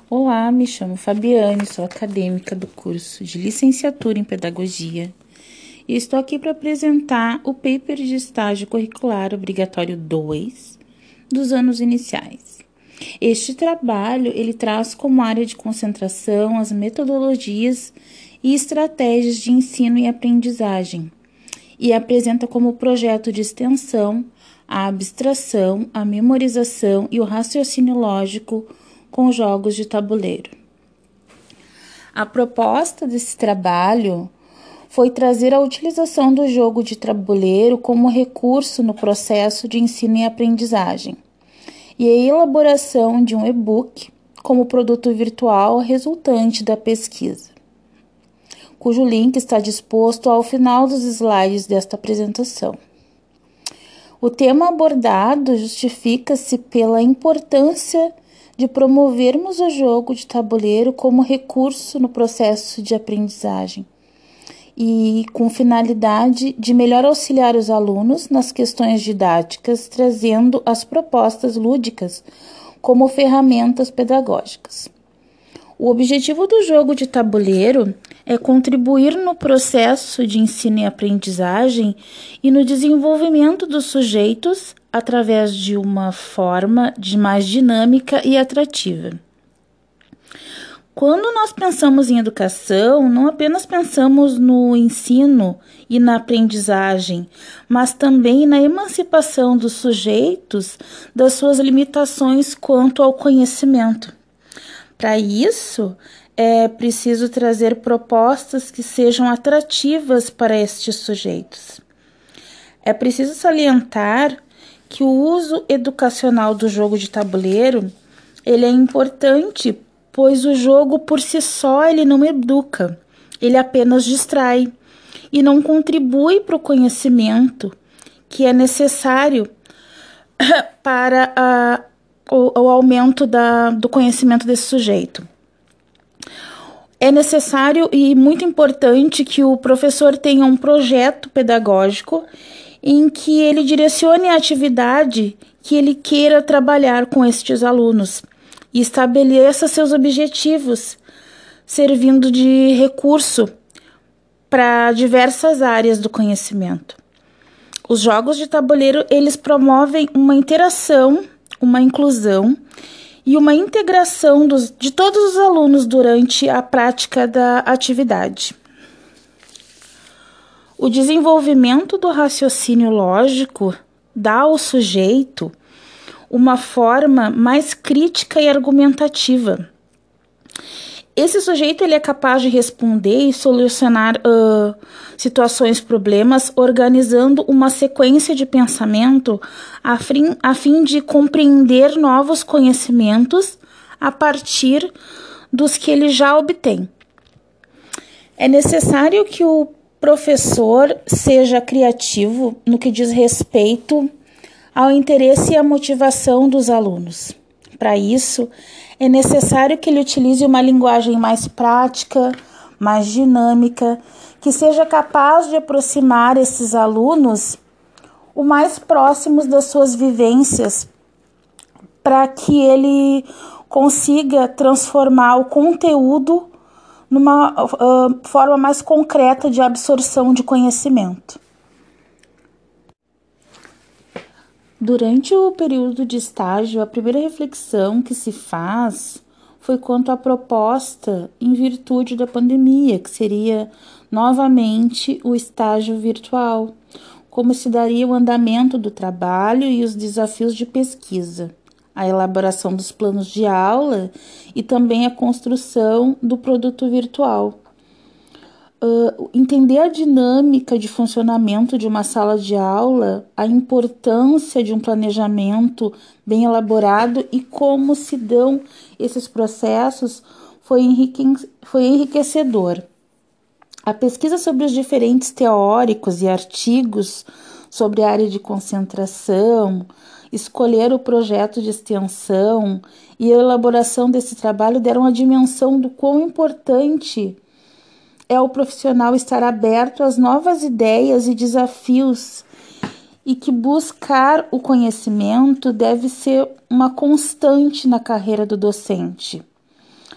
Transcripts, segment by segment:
Olá, me chamo Fabiane, sou acadêmica do curso de Licenciatura em Pedagogia e estou aqui para apresentar o paper de estágio curricular obrigatório 2 dos anos iniciais. Este trabalho ele traz como área de concentração as metodologias e estratégias de ensino e aprendizagem e apresenta como projeto de extensão a abstração, a memorização e o raciocínio lógico com jogos de tabuleiro. A proposta desse trabalho foi trazer a utilização do jogo de tabuleiro como recurso no processo de ensino e aprendizagem, e a elaboração de um e-book como produto virtual resultante da pesquisa, cujo link está disposto ao final dos slides desta apresentação. O tema abordado justifica-se pela importância de promovermos o jogo de tabuleiro como recurso no processo de aprendizagem e com finalidade de melhor auxiliar os alunos nas questões didáticas, trazendo as propostas lúdicas como ferramentas pedagógicas. O objetivo do jogo de tabuleiro é contribuir no processo de ensino e aprendizagem e no desenvolvimento dos sujeitos através de uma forma mais dinâmica e atrativa. Quando nós pensamos em educação, não apenas pensamos no ensino e na aprendizagem, mas também na emancipação dos sujeitos das suas limitações quanto ao conhecimento. Para isso, é preciso trazer propostas que sejam atrativas para estes sujeitos. É preciso salientar que o uso educacional do jogo de tabuleiro ele é importante, pois o jogo por si só ele não educa, ele apenas distrai e não contribui para o conhecimento que é necessário para o aumento do conhecimento desse sujeito. É necessário e muito importante que o professor tenha um projeto pedagógico em que ele direcione a atividade que ele queira trabalhar com estes alunos e estabeleça seus objetivos, servindo de recurso para diversas áreas do conhecimento. Os jogos de tabuleiro, eles promovem uma interação, uma inclusão e uma integração de todos os alunos durante a prática da atividade. O desenvolvimento do raciocínio lógico dá ao sujeito uma forma mais crítica e argumentativa. Esse sujeito ele é capaz de responder e solucionar situações, problemas, organizando uma sequência de pensamento a fim de compreender novos conhecimentos a partir dos que ele já obtém. É necessário que o professor seja criativo no que diz respeito ao interesse e à motivação dos alunos. Para isso, é necessário que ele utilize uma linguagem mais prática, mais dinâmica, que seja capaz de aproximar esses alunos o mais próximos das suas vivências, para que ele consiga transformar o conteúdo numa forma mais concreta de absorção de conhecimento. Durante o período de estágio, a primeira reflexão que se faz foi quanto à proposta em virtude da pandemia, que seria novamente o estágio virtual, como se daria o andamento do trabalho e os desafios de pesquisa, a elaboração dos planos de aula e também a construção do produto virtual. Entender a dinâmica de funcionamento de uma sala de aula, a importância de um planejamento bem elaborado e como se dão esses processos foi enriquecedor. A pesquisa sobre os diferentes teóricos e artigos sobre a área de concentração, escolher o projeto de extensão e a elaboração desse trabalho deram a dimensão do quão importante é o profissional estar aberto às novas ideias e desafios e que buscar o conhecimento deve ser uma constante na carreira do docente.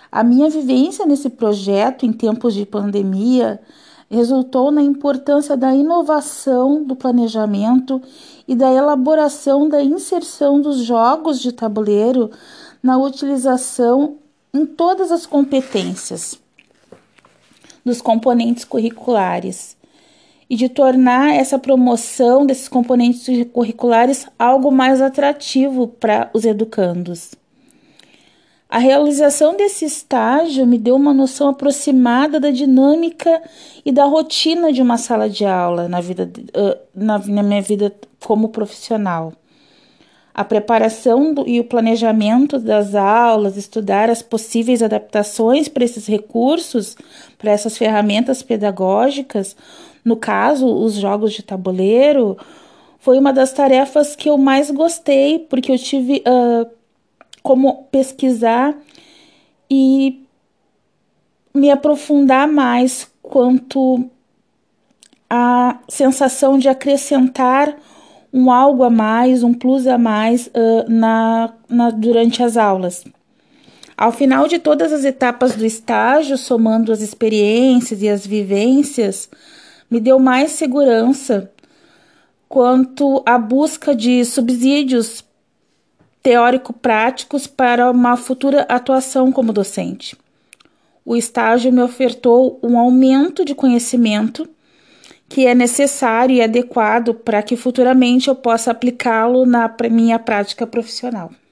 A minha vivência nesse projeto em tempos de pandemia resultou na importância da inovação do planejamento e da elaboração da inserção dos jogos de tabuleiro na utilização em todas as competências dos componentes curriculares e de tornar essa promoção desses componentes curriculares algo mais atrativo para os educandos. A realização desse estágio me deu uma noção aproximada da dinâmica e da rotina de uma sala de aula na minha vida como profissional. A preparação e o planejamento das aulas, estudar as possíveis adaptações para esses recursos, para essas ferramentas pedagógicas, no caso, os jogos de tabuleiro, foi uma das tarefas que eu mais gostei, porque eu tive como pesquisar e me aprofundar mais quanto à sensação de acrescentar um algo a mais, um plus a mais durante as aulas. Ao final de todas as etapas do estágio, somando as experiências e as vivências, me deu mais segurança quanto à busca de subsídios teórico-práticos para uma futura atuação como docente. O estágio me ofertou um aumento de conhecimento que é necessário e adequado para que futuramente eu possa aplicá-lo na minha prática profissional.